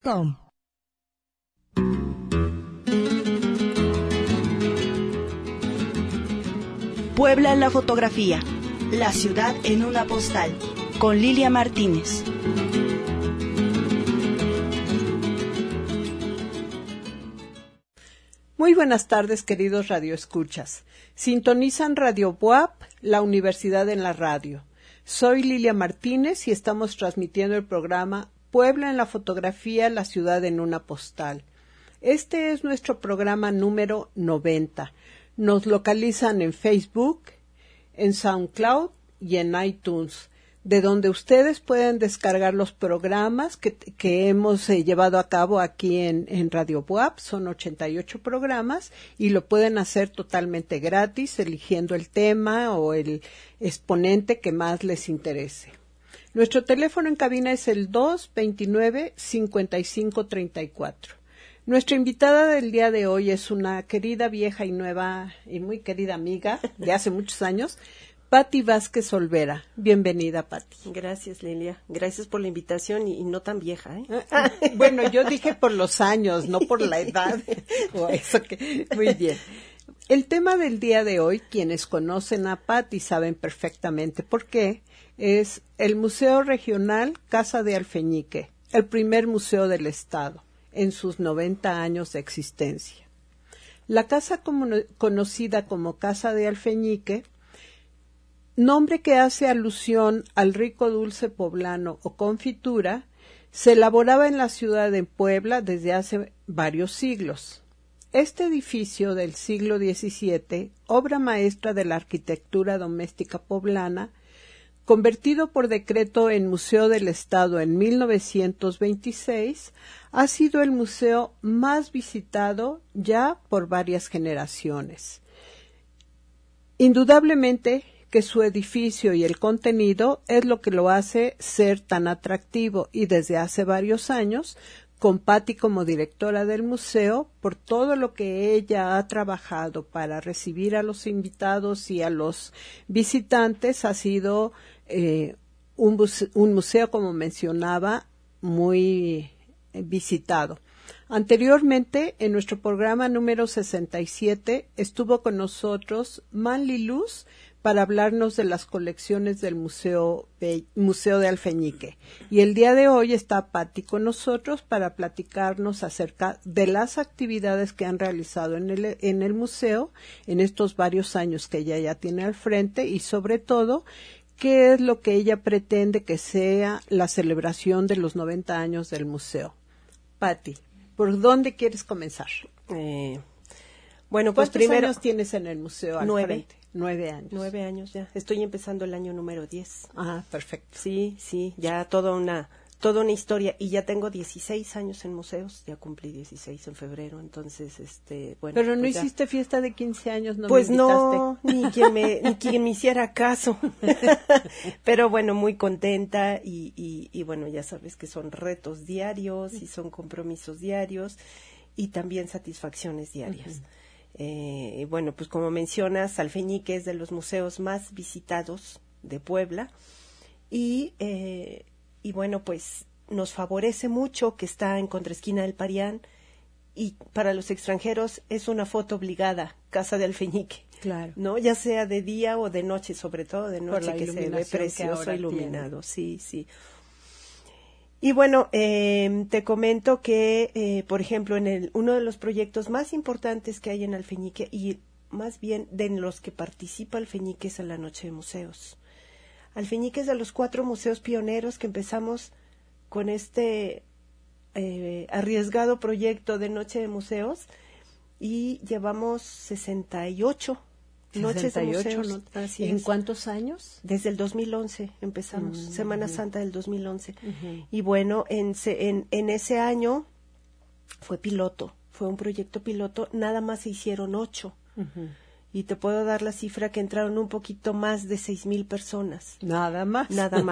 Tom. Puebla en la fotografía, la ciudad en una postal, con Lilia Martínez. Muy buenas tardes, queridos radioescuchas. Sintonizan Radio BUAP, la Universidad en la Radio. Soy Lilia Martínez y estamos transmitiendo el programa Puebla en la fotografía, la ciudad en una postal. Este es nuestro programa número 90. Nos localizan en Facebook, en SoundCloud y en iTunes, de donde ustedes pueden descargar los programas que hemos llevado a cabo aquí en Radio BUAP. Son 88 programas y lo pueden hacer totalmente gratis, eligiendo el tema o el exponente que más les interese. Nuestro teléfono en cabina es el 229-5534. Nuestra invitada del día de hoy es una querida vieja y nueva y muy querida amiga de hace muchos años, Patti Vázquez Olvera. Bienvenida, Patti. Gracias, Lilia. Gracias por la invitación y no tan vieja, ¿eh? Bueno, yo dije por los años, no por la edad. Muy bien. El tema del día de hoy, quienes conocen a Patti saben perfectamente por qué, es el Museo Regional Casa de Alfeñique, el primer museo del Estado en sus 90 años de existencia. La casa conocida como Casa de Alfeñique, nombre que hace alusión al rico dulce poblano o confitura, se elaboraba en la ciudad de Puebla desde hace varios siglos. Este edificio del siglo XVII, obra maestra de la arquitectura doméstica poblana, convertido por decreto en Museo del Estado en 1926, ha sido el museo más visitado ya por varias generaciones. Indudablemente que su edificio y el contenido es lo que lo hace ser tan atractivo y desde hace varios años, con Patti como directora del museo, por todo lo que ella ha trabajado para recibir a los invitados y a los visitantes, ha sido un museo, como mencionaba, muy visitado. Anteriormente, en nuestro programa número 67, estuvo con nosotros Manly Luz para hablarnos de las colecciones del Museo de Alfeñique. Y el día de hoy está Patti con nosotros para platicarnos acerca de las actividades que han realizado en el museo en estos varios años que ella ya tiene al frente y sobre todo qué es lo que ella pretende que sea la celebración de los 90 años del museo. Patti, ¿por dónde quieres comenzar? Bueno, pues primero. ¿Cuántos años tienes en el museo al frente? 9 años. 9 años ya. Estoy empezando el año número 10. Ah, perfecto. Sí, ya toda una historia. Y ya tengo 16 años en museos. Ya cumplí 16 en febrero. Entonces, bueno. Pero no pues hiciste fiesta de 15 años, ¿no? Pues me invitaste. No, ni quien me hiciera caso. Pero bueno, muy contenta y bueno, ya sabes que son retos diarios y son compromisos diarios y también satisfacciones diarias. Uh-huh. Bueno, pues como mencionas, Alfeñique es de los museos más visitados de Puebla y bueno, pues nos favorece mucho que está en contraesquina del Parián y para los extranjeros es una foto obligada, Casa de Alfeñique. Claro. ¿No? Ya sea de día o de noche, sobre todo de noche, que se ve precioso iluminado. Tiene. Sí. Y bueno, te comento que, por ejemplo, uno de los proyectos más importantes que hay en Alfeñique, y más bien de los que participa Alfeñique, es en la Noche de Museos. Alfeñique es de los 4 museos pioneros que empezamos con este arriesgado proyecto de Noche de Museos y llevamos 68 noches de museos. Así ¿En cuántos años? Desde el 2011 empezamos, Semana Santa del 2011. Uh-huh. Y bueno, en ese año fue un proyecto piloto, nada más se hicieron 8. Uh-huh. Y te puedo dar la cifra que entraron un poquito más de 6,000 personas. Nada más.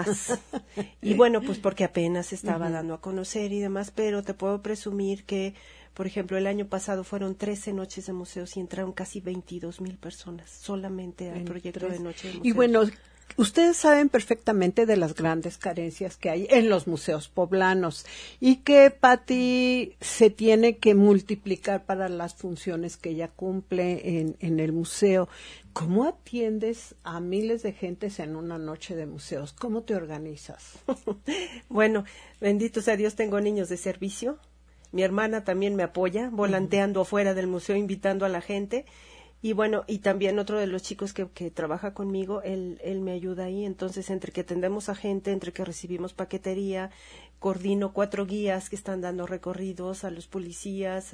Y bueno, pues porque apenas se estaba Uh-huh. dando a conocer y demás, pero te puedo presumir que, por ejemplo, el año pasado fueron 13 noches de museos y entraron casi 22,000 personas solamente al proyecto de Noche de Museos. Y bueno, Ustedes saben perfectamente de las grandes carencias que hay en los museos poblanos y que Patti se tiene que multiplicar para las funciones que ella cumple en el museo. ¿Cómo atiendes a miles de gentes en una noche de museos? ¿Cómo te organizas? Bueno, bendito sea Dios, tengo niños de servicio. Mi hermana también me apoya, volanteando afuera del museo, invitando a la gente. Y bueno, y también otro de los chicos que trabaja conmigo, él me ayuda ahí. Entonces, entre que atendemos a gente, entre que recibimos paquetería, coordino 4 guías que están dando recorridos a los policías.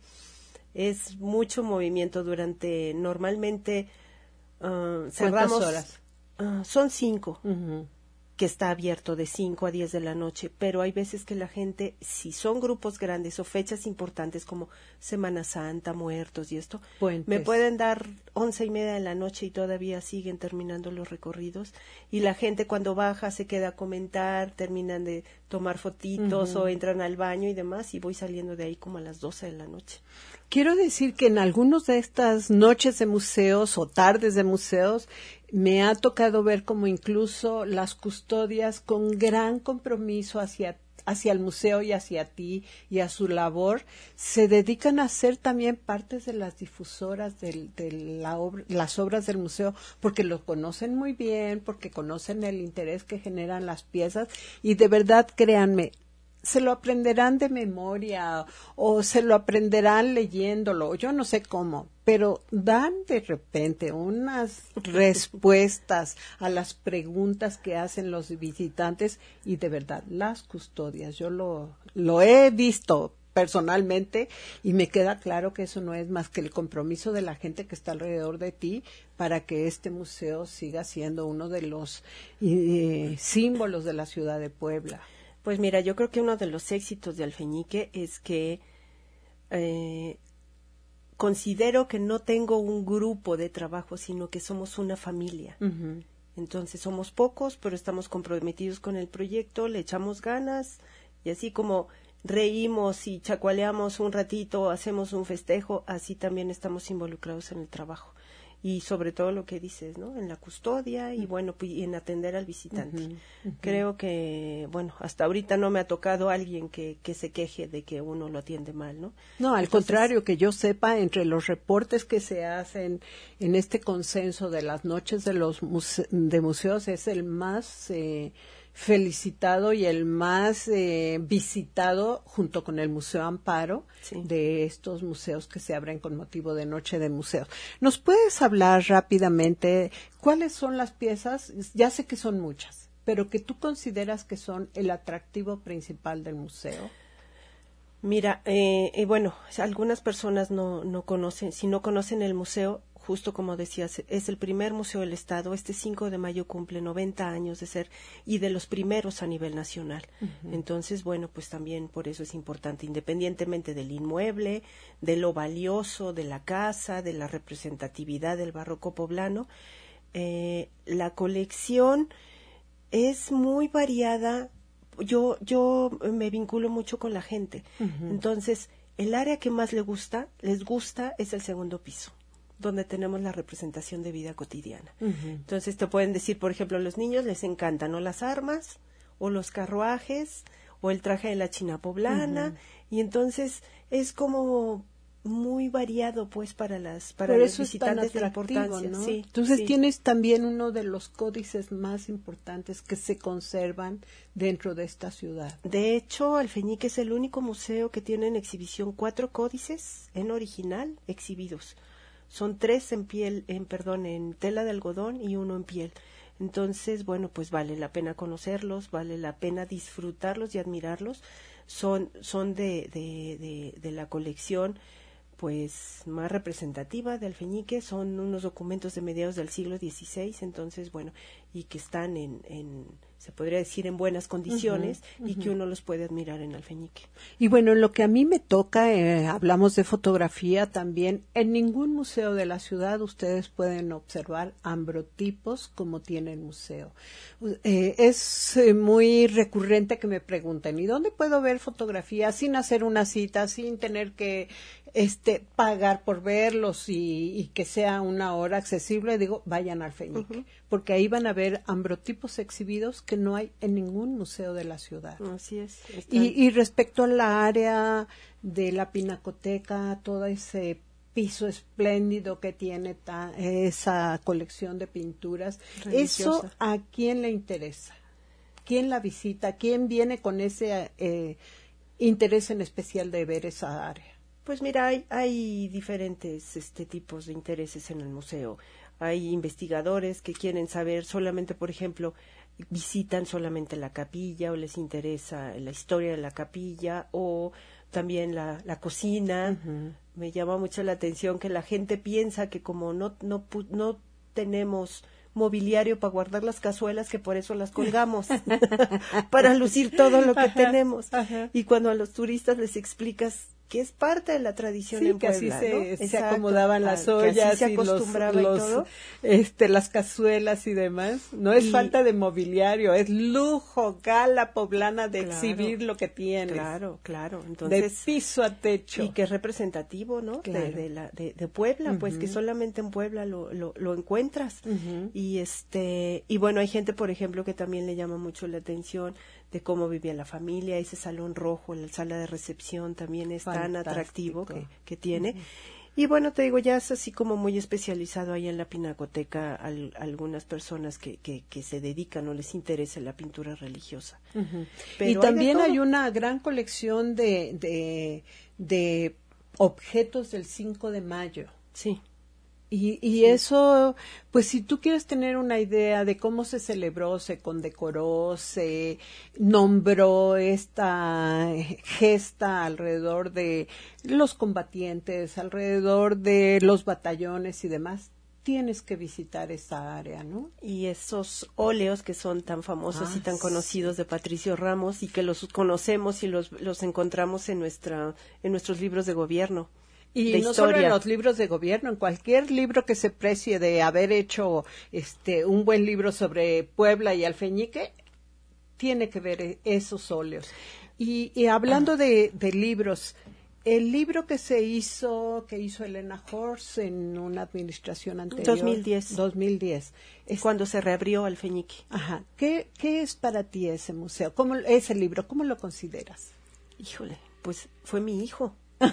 Es mucho movimiento durante, normalmente cerramos. ¿Cuántas horas? Son 5. Uh-huh. Que está abierto de 5 a 10 de la noche, pero hay veces que la gente, si son grupos grandes o fechas importantes como Semana Santa, Muertos y esto, Puentes. Me pueden dar 11:30 de la noche y todavía siguen terminando los recorridos, y la gente cuando baja se queda a comentar, terminan de tomar fotitos o entran al baño y demás, y voy saliendo de ahí como a las 12 de la noche. Quiero decir que en algunos de estas noches de museos o tardes de museos me ha tocado ver como incluso las custodias con gran compromiso hacia el museo y hacia ti y a su labor se dedican a ser también partes de las difusoras de las obras del museo, porque lo conocen muy bien, porque conocen el interés que generan las piezas, y de verdad, créanme, se lo aprenderán de memoria o se lo aprenderán leyéndolo, yo no sé cómo, pero dan de repente unas respuestas a las preguntas que hacen los visitantes, y de verdad, las custodias, yo lo he visto personalmente y me queda claro que eso no es más que el compromiso de la gente que está alrededor de ti para que este museo siga siendo uno de los símbolos de la ciudad de Puebla. Pues mira, yo creo que uno de los éxitos de Alfeñique es que considero que no tengo un grupo de trabajo, sino que somos una familia. Uh-huh. Entonces somos pocos, pero estamos comprometidos con el proyecto, le echamos ganas, y así como reímos y chacualeamos un ratito, hacemos un festejo, así también estamos involucrados en el trabajo. Y sobre todo lo que dices, ¿no? En la custodia y bueno, pues, en atender al visitante. Uh-huh, uh-huh. Creo que, bueno, hasta ahorita no me ha tocado alguien que se queje de que uno lo atiende mal, ¿no? No, al contrario, que yo sepa, entre los reportes que se hacen en este consenso de las noches de los de museos, es el más felicitado y el más visitado, junto con el Museo Amparo, sí, de estos museos que se abren con motivo de Noche de Museos. ¿Nos puedes hablar rápidamente cuáles son las piezas? Ya sé que son muchas, pero que tú consideras que son el atractivo principal del museo. Mira, bueno, algunas personas no conocen, si no conocen el museo, justo como decías, es el primer museo del Estado. Este 5 de mayo cumple 90 años de ser y de los primeros a nivel nacional. Uh-huh. Entonces, bueno, pues también por eso es importante, independientemente del inmueble, de lo valioso de la casa, de la representatividad del barroco poblano, la colección es muy variada. Yo me vinculo mucho con la gente. Uh-huh. Entonces, el área que más les gusta es el segundo piso, donde tenemos la representación de vida cotidiana. Uh-huh. Entonces te pueden decir, por ejemplo, a los niños les encantan o las armas, o los carruajes, o el traje de la China poblana, uh-huh, y entonces es como muy variado, pues, para los visitantes de importancia, ¿no? Sí, entonces sí. Tienes también uno de los códices más importantes que se conservan dentro de esta ciudad. De hecho, Alfeñique es el único museo que tiene en exhibición 4 códices en original exhibidos. Son 3 en tela de algodón y 1 en piel. Entonces, bueno, pues vale la pena conocerlos, vale la pena disfrutarlos y admirarlos. Son de la colección, pues, más representativa de Alfeñique. Son unos documentos de mediados del siglo XVI, entonces, bueno, y que están se podría decir, en buenas condiciones, uh-huh, y que uno los puede admirar en Alfeñique. Y bueno, en lo que a mí me toca, hablamos de fotografía también, en ningún museo de la ciudad ustedes pueden observar ambrotipos como tiene el museo. Es muy recurrente que me pregunten, ¿y dónde puedo ver fotografía sin hacer una cita, sin tener que pagar por verlos y que sea una hora accesible, digo, vayan al Feñique, porque ahí van a ver ambrotipos exhibidos que no hay en ningún museo de la ciudad. Así es. Y respecto a la área de la Pinacoteca, todo ese piso espléndido que tiene esa colección de pinturas, religiosa. ¿eso a quién le interesa? ¿Quién la visita? ¿Quién viene con ese interés en especial de ver esa área? Pues mira, hay diferentes tipos de intereses en el museo. Hay investigadores que quieren saber solamente, por ejemplo, visitan solamente la capilla o les interesa la historia de la capilla o también la cocina. Me llama mucho la atención que la gente piensa que como no tenemos mobiliario para guardar las cazuelas, que por eso las colgamos, para lucir todo lo que tenemos. Y cuando a los turistas les explicas que es parte de la tradición en Puebla, que así ¿no? se acomodaban las ollas se y acostumbraba los, y todo. Las cazuelas y demás. No es falta de mobiliario, es lujo, gala poblana de exhibir lo que tienes. Claro. Entonces, de piso a techo. Y que es representativo, ¿no? Claro. De Puebla, pues que solamente en Puebla lo encuentras. Y bueno, hay gente, por ejemplo, que también le llama mucho la atención de cómo vivía la familia, ese salón rojo, la sala de recepción también es tan atractivo que tiene. Y bueno, te digo, ya es así como muy especializado ahí en la Pinacoteca algunas personas que se dedican o les interesa la pintura religiosa. Pero y también hay una gran colección de objetos del 5 de mayo. Sí. Y eso, pues si tú quieres tener una idea de cómo se celebró, se condecoró, se nombró esta gesta alrededor de los combatientes, alrededor de los batallones y demás, tienes que visitar esa área, ¿no? Y esos óleos que son tan famosos y tan conocidos de Patricio Ramos y que los conocemos y los encontramos en nuestros libros de gobierno. Y no solo en los libros de gobierno, en cualquier libro que se precie de haber hecho un buen libro sobre Puebla y Alfeñique, tiene que ver esos óleos. Y hablando de libros, el libro que hizo Elena Horst en una administración anterior. 2010. Es cuando se reabrió Alfeñique. Ajá. ¿Qué es para ti ese museo? Ese libro, ¿cómo lo consideras? Híjole, pues fue mi hijo.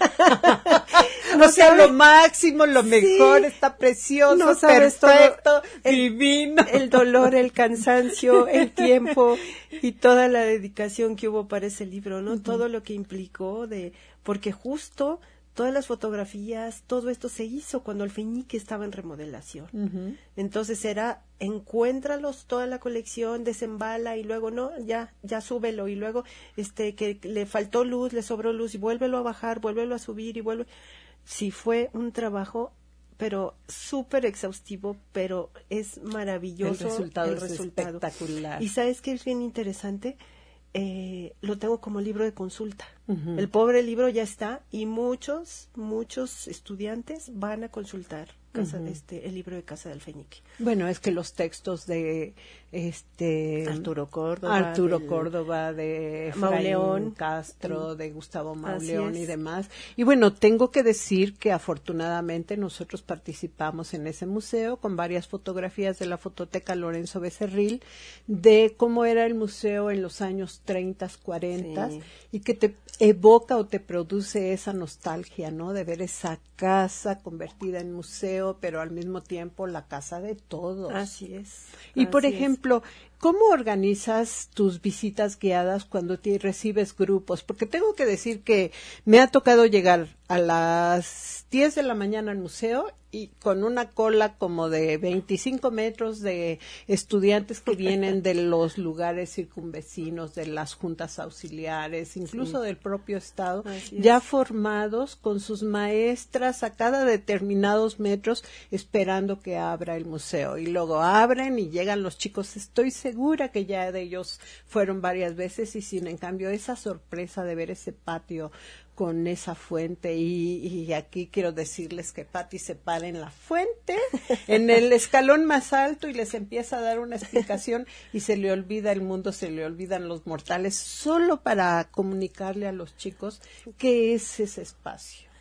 O sea, lo máximo, lo mejor, está precioso, perfecto, divino. El dolor, el cansancio, el tiempo y toda la dedicación que hubo para ese libro, ¿no? Todo lo que implicó porque justo todas las fotografías, todo esto se hizo cuando Alfeñique estaba en remodelación. Entonces encuéntralos, toda la colección, desembala y luego ya súbelo y luego que le faltó luz, le sobró luz y vuélvelo a bajar, vuélvelo a subir y vuelve. Sí, fue un trabajo, pero súper exhaustivo, pero es maravilloso. El resultado es espectacular. Y ¿sabes qué es bien interesante? Lo tengo como libro de consulta. El pobre libro ya está y muchos estudiantes van a consultar el libro de Casa de Alfeñique. Bueno, es que los textos de Arturo Córdoba, de Mauleón Castro, de Gustavo Mauleón y demás. Y bueno, tengo que decir que afortunadamente nosotros participamos en ese museo con varias fotografías de la Fototeca Lorenzo Becerril de cómo era el museo en los años 30, 40 y que te evoca o te produce esa nostalgia, ¿no? De ver esa casa convertida en museo, pero al mismo tiempo la casa de todos. Así es. Y por ejemplo, ¿cómo organizas tus visitas guiadas cuando recibes grupos? Porque tengo que decir que me ha tocado llegar a las 10 de la mañana al museo y con una cola como de 25 metros de estudiantes que vienen de los lugares circunvecinos, de las juntas auxiliares, incluso del propio estado, ya formados con sus maestras a cada determinados metros esperando que abra el museo. Y luego abren y llegan los chicos. Estoy segura que ya de ellos fueron varias veces y sin en cambio esa sorpresa de ver ese patio con esa fuente y aquí quiero decirles que Patti se para en la fuente, en el escalón más alto y les empieza a dar una explicación y se le olvida el mundo, se le olvidan los mortales, solo para comunicarle a los chicos qué es ese espacio.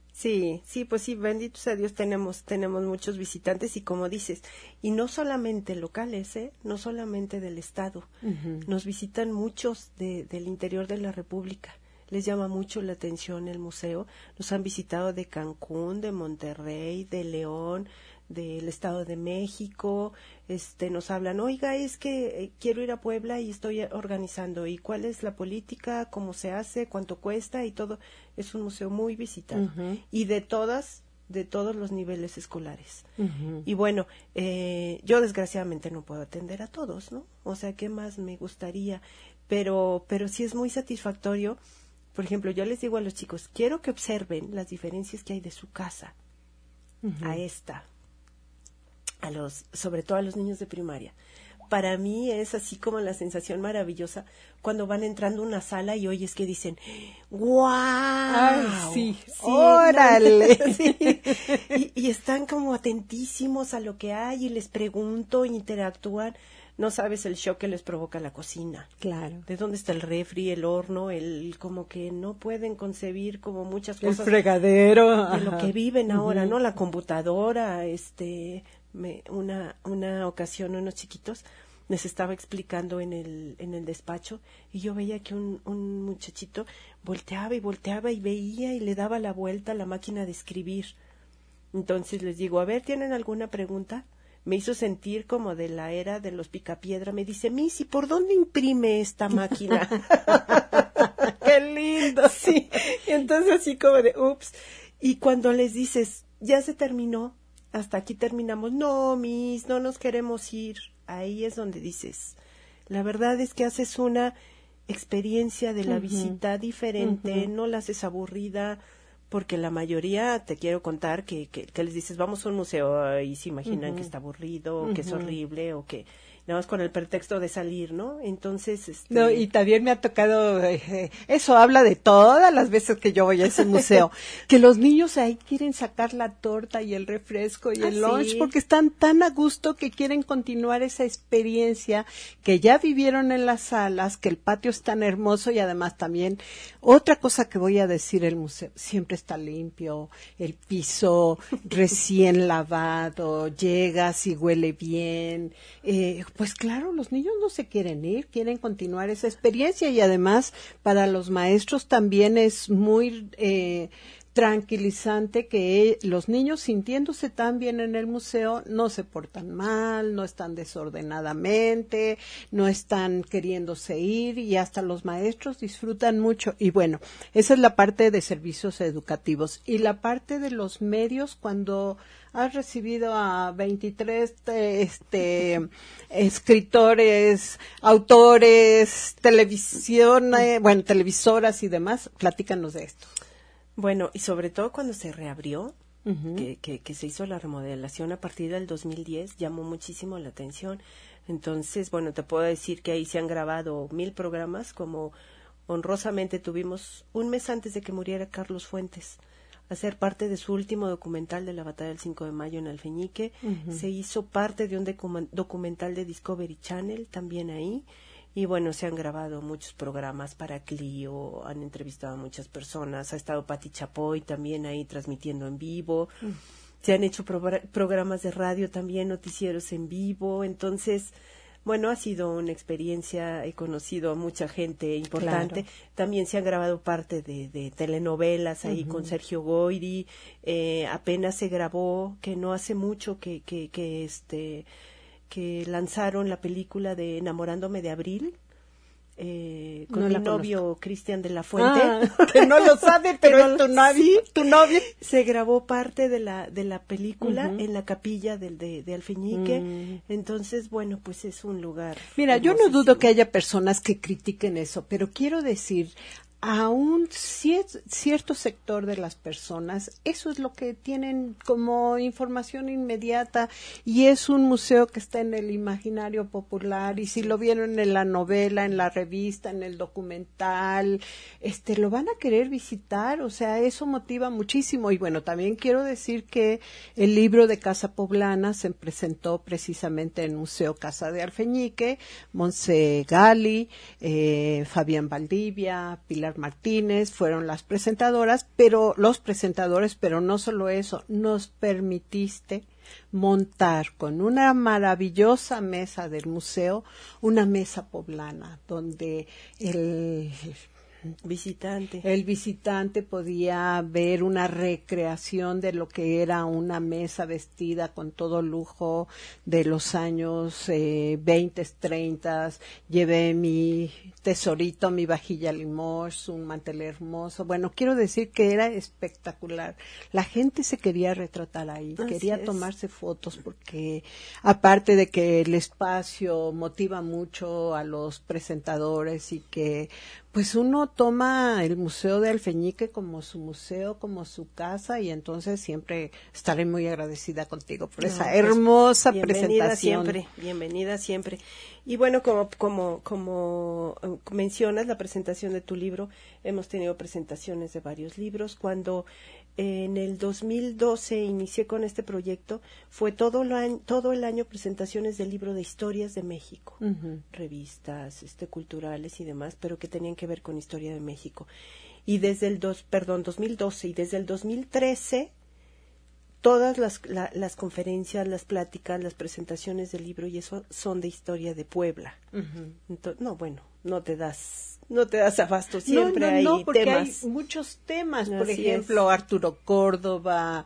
Sí, sí, pues sí, bendito sea Dios, tenemos muchos visitantes y como dices, y no solamente locales, no solamente del estado, nos visitan muchos del interior de la República, les llama mucho la atención el museo, nos han visitado de Cancún, de Monterrey, de León, del Estado de México, nos hablan, oiga, es que quiero ir a Puebla y estoy organizando, y cuál es la política, cómo se hace, cuánto cuesta y todo. Es un museo muy visitado y de todos los niveles escolares. Y bueno, yo desgraciadamente no puedo atender a todos, ¿no? O sea, ¿qué más me gustaría? Pero sí es muy satisfactorio. Por ejemplo, yo les digo a los chicos, quiero que observen las diferencias que hay de su casa a esta. Sobre todo a los niños de primaria. Para mí es así como la sensación maravillosa cuando van entrando a una sala y oyes que dicen, ¡guau! ¡Ay, sí! ¡Órale! Sí. Y están como atentísimos a lo que hay y les pregunto, interactúan. No sabes el shock que les provoca la cocina. Claro. ¿De dónde está el refri, el horno? Como que no pueden concebir como muchas cosas. El fregadero. De lo que viven ahora, ¿no? La computadora, una ocasión unos chiquitos les estaba explicando en el despacho y yo veía que un muchachito volteaba y veía y le daba la vuelta a la máquina de escribir. Entonces les digo, a ver, ¿tienen alguna pregunta? Me hizo sentir como de la era de los picapiedra. Me dice, Missy, ¿por dónde imprime esta máquina? ¡Qué lindo! Sí, entonces así como de, ups. Y cuando les dices, ya se terminó, hasta aquí terminamos. No, Miss, no nos queremos ir. Ahí es donde dices, la verdad es que haces una experiencia de la visita diferente, no la haces aburrida, porque la mayoría, te quiero contar, que les dices, vamos a un museo y se imaginan que está aburrido, o que es horrible, o que nada más con el pretexto de salir, ¿no? Entonces, No, y también me ha tocado, eso habla de todas las veces que yo voy a ese museo, que los niños ahí quieren sacar la torta y el refresco y el lunch, porque están tan a gusto que quieren continuar esa experiencia que ya vivieron en las salas, que el patio es tan hermoso y además también, otra cosa que voy a decir, el museo siempre está limpio, el piso recién lavado, llegas y huele bien, pues claro, los niños no se quieren ir, quieren continuar esa experiencia y además para los maestros también es muy tranquilizante que los niños sintiéndose tan bien en el museo no se portan mal, no están desordenadamente, no están queriéndose ir y hasta los maestros disfrutan mucho. Y bueno, esa es la parte de servicios educativos. Y la parte de los medios, cuando has recibido a 23 escritores, autores, televisoras y demás, platícanos de esto. Bueno, y sobre todo cuando se reabrió, que se hizo la remodelación a partir del 2010, llamó muchísimo la atención. Entonces, bueno, te puedo decir que ahí se han grabado 1000 programas, como honrosamente tuvimos un mes antes de que muriera Carlos Fuentes, hacer parte de su último documental de la batalla del 5 de mayo en Alfeñique. Se hizo parte de un documental de Discovery Channel también ahí. Y bueno, se han grabado muchos programas para Clio, han entrevistado a muchas personas, ha estado Pati Chapoy también ahí transmitiendo en vivo, se han hecho programas de radio también, noticieros en vivo, entonces, bueno, ha sido una experiencia, he conocido a mucha gente importante, también se han grabado parte de telenovelas ahí con Sergio Goyri, apenas se grabó, que no hace mucho que lanzaron la película de Enamorándome de Abril, con mi novio Cristian de la Fuente. Que no lo sabe, pero es tu novio. Se grabó parte de la película en la capilla de Alfeñique. Entonces, bueno, pues es un lugar. Mira, yo no dudo que haya personas que critiquen eso, pero quiero decir, a un cierto sector de las personas, eso es lo que tienen como información inmediata y es un museo que está en el imaginario popular y si lo vieron en la novela, en la revista, en el documental, lo van a querer visitar, o sea, eso motiva muchísimo y bueno, también quiero decir que el libro de Casa Poblana se presentó precisamente en Museo Casa de Alfeñique, Montse Gali, Fabián Valdivia, Pilar Pilar Martínez, fueron las presentadoras, pero los presentadores, pero no solo eso, nos permitiste montar con una maravillosa mesa del museo, una mesa poblana, donde el visitante podía ver una recreación de lo que era una mesa vestida con todo lujo de los años 20, 30. Llevé mi tesorito, mi vajilla Limoges, un mantel hermoso. Bueno, quiero decir que era espectacular. La gente se quería retratar ahí, quería tomarse fotos porque aparte de que el espacio motiva mucho a los presentadores y que pues uno toma el Museo de Alfeñique como su museo, como su casa, y entonces siempre estaré muy agradecida contigo por esa hermosa presentación. Bienvenida siempre. Y bueno, como mencionas la presentación de tu libro, hemos tenido presentaciones de varios libros. Cuando en el 2012 inicié con este proyecto, fue todo el año presentaciones del libro de historias de México, revistas culturales y demás, pero que tenían que ver con historia de México. Y desde el 2012 y desde el 2013 todas las conferencias, las pláticas, las presentaciones del libro y eso son de historia de Puebla. Entonces, no te das abasto, siempre hay porque temas. hay muchos temas, por ejemplo, Arturo Córdoba,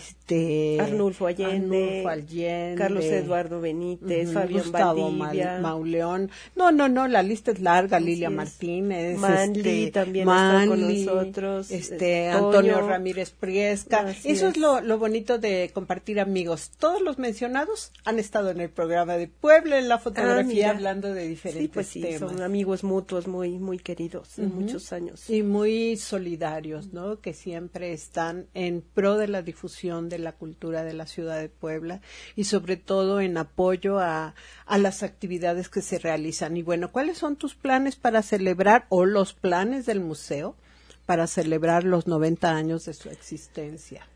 Arnulfo Allende, Carlos Eduardo Benítez, Fabián Gustavo Valdivia, Mauleón. No, la lista es larga. Lilia Martínez, Manly también está con nosotros, Antonio Ramírez Priesca. Eso es lo bonito de compartir amigos. Todos los mencionados han estado en el programa de Puebla en la fotografía hablando de diferentes temas. Son amigos mutuos muy muy queridos de muchos años y muy solidarios, ¿no? Que siempre están en pro de la difusión de la cultura de la ciudad de Puebla y sobre todo en apoyo a las actividades que se realizan. Y bueno, ¿cuáles son tus planes para celebrar o los planes del museo para celebrar los 90 años de su existencia?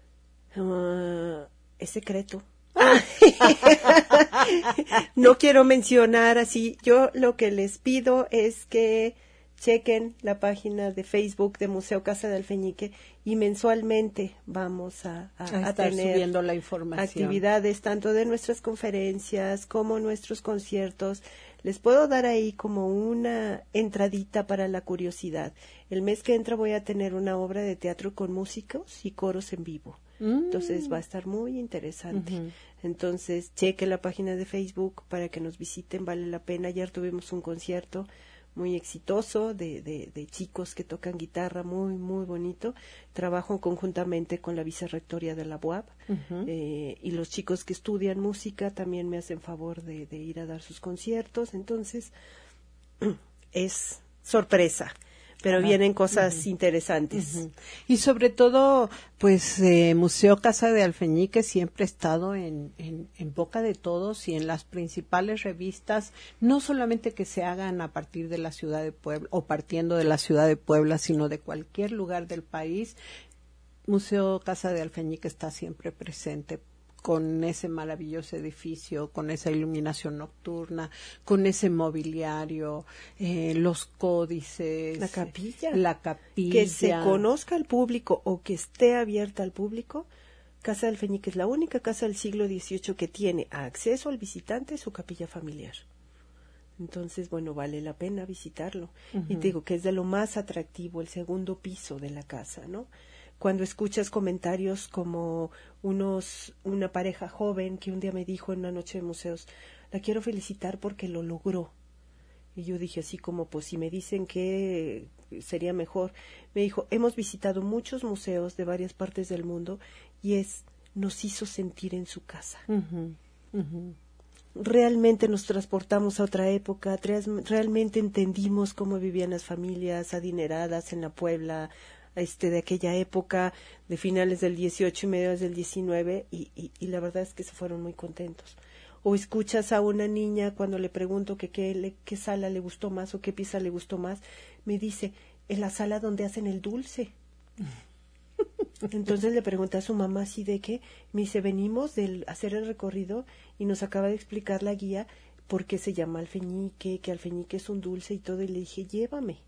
Es secreto. No quiero mencionar así. Yo lo que les pido es que chequen la página de Facebook de Museo Casa de Alfeñique y mensualmente vamos a tener subiendo la información, actividades tanto de nuestras conferencias como nuestros conciertos. Les puedo dar ahí como una entradita para la curiosidad. El mes que entra voy a tener una obra de teatro con músicos y coros en vivo. Entonces va a estar muy interesante. Entonces cheque la página de Facebook para que nos visiten, vale la pena. Ayer tuvimos un concierto muy exitoso de chicos que tocan guitarra, muy muy bonito. Trabajo conjuntamente con la vicerrectoría de la UAP y los chicos que estudian música también me hacen favor de ir a dar sus conciertos. Entonces es sorpresa, pero vienen cosas interesantes. Y sobre todo, pues, Museo Casa de Alfeñique siempre ha estado en boca de todos y en las principales revistas, no solamente que se hagan a partir de la ciudad de Puebla o partiendo de la ciudad de Puebla, sino de cualquier lugar del país. Museo Casa de Alfeñique está siempre presente con ese maravilloso edificio, con esa iluminación nocturna, con ese mobiliario, los códices, la capilla, que se conozca al público o que esté abierta al público. Casa de Alfeñique es la única casa del siglo XVIII que tiene acceso al visitante su capilla familiar. Entonces, bueno, vale la pena visitarlo. Y te digo que es de lo más atractivo, el segundo piso de la casa, ¿no? Cuando escuchas comentarios como una pareja joven que un día me dijo en una noche de museos, la quiero felicitar porque lo logró. Y yo dije así como, pues si me dicen que sería mejor. Me dijo, hemos visitado muchos museos de varias partes del mundo y nos hizo sentir en su casa. Realmente nos transportamos a otra época, realmente entendimos cómo vivían las familias adineradas en la Puebla, de aquella época, de finales del 18 y mediados del 19, y la verdad es que se fueron muy contentos. O escuchas a una niña cuando le pregunto que qué sala le gustó más o qué pieza le gustó más, me dice, en la sala donde hacen el dulce. Entonces le pregunté a su mamá así de qué, me dice, venimos de hacer el recorrido y nos acaba de explicar la guía por qué se llama Alfeñique, que Alfeñique es un dulce y todo, y le dije, llévame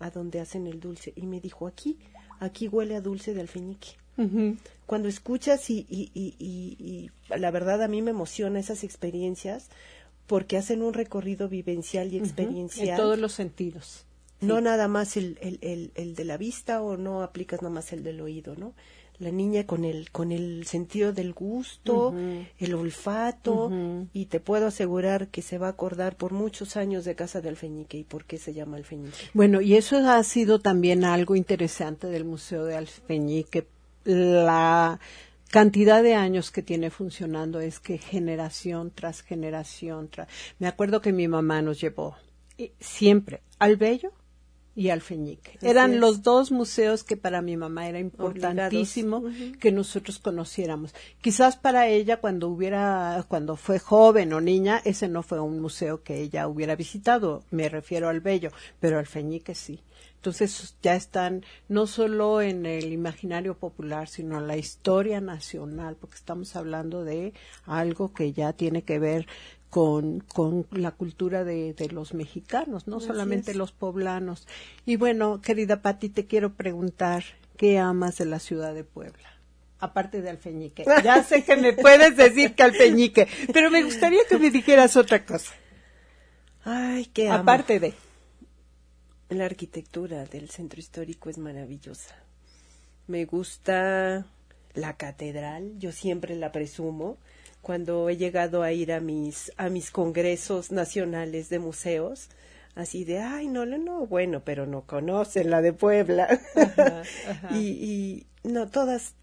a donde hacen el dulce y me dijo, aquí huele a dulce de alfeñique. Ujú. Cuando escuchas y la verdad a mí me emociona esas experiencias porque hacen un recorrido vivencial y experiencial. En todos los sentidos. No nada más el de la vista o no aplicas nada más el del oído, ¿no? La niña con el sentido del gusto, el olfato, y te puedo asegurar que se va a acordar por muchos años de Casa de Alfeñique y por qué se llama Alfeñique. Bueno, y eso ha sido también algo interesante del Museo de Alfeñique. La cantidad de años que tiene funcionando es que generación tras generación, me acuerdo que mi mamá nos llevó siempre al Bello y al Alfeñique. Eran los dos museos que para mi mamá era importantísimo que nosotros conociéramos. Quizás para ella cuando fue joven o niña, ese no fue un museo que ella hubiera visitado, me refiero al Bello, pero al Alfeñique sí. Entonces ya están no solo en el imaginario popular, sino en la historia nacional, porque estamos hablando de algo que ya tiene que ver con la cultura de los mexicanos, no solamente los poblanos. Y bueno, querida Pati, te quiero preguntar, ¿qué amas de la ciudad de Puebla? Aparte de Alfeñique. Ya sé que me puedes decir que Alfeñique, pero me gustaría que me dijeras otra cosa. Ay, qué amo. Aparte de... La arquitectura del centro histórico es maravillosa. Me gusta la catedral, yo siempre la presumo. Cuando he llegado a ir a mis congresos nacionales de museos, así de, ay, no, bueno, pero no conocen la de Puebla. Ajá. y no, todas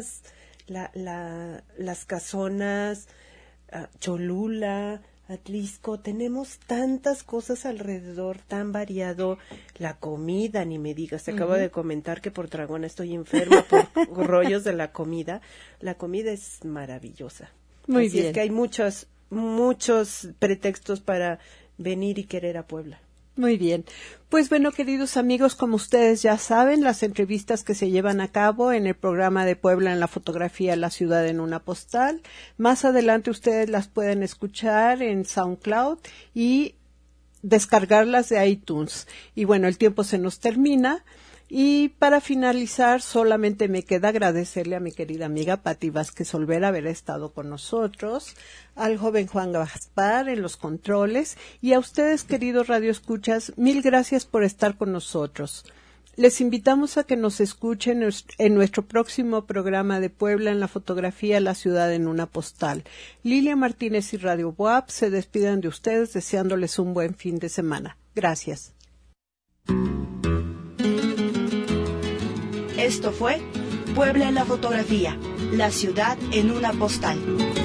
las casonas, Cholula, Atlisco, tenemos tantas cosas alrededor, tan variado, la comida, ni me digas, te acabo de comentar que por Dragona estoy enferma por rollos de la comida es maravillosa. Muy Así bien. es que hay muchos pretextos para venir y querer a Puebla. Muy bien. Pues bueno, queridos amigos, como ustedes ya saben, las entrevistas que se llevan a cabo en el programa de Puebla en la fotografía La ciudad en una postal, más adelante ustedes las pueden escuchar en SoundCloud y descargarlas de iTunes. Y bueno, el tiempo se nos termina. Y para finalizar, solamente me queda agradecerle a mi querida amiga Pati Vázquez Olvera haber estado con nosotros, al joven Juan Gaspar en los controles y a ustedes, queridos radioescuchas, mil gracias por estar con nosotros. Les invitamos a que nos escuchen en nuestro próximo programa de Puebla en la fotografía La ciudad en una postal. Lilia Martínez y Radio Boab se despiden de ustedes deseándoles un buen fin de semana. Gracias. Esto fue Puebla en la fotografía, la ciudad en una postal.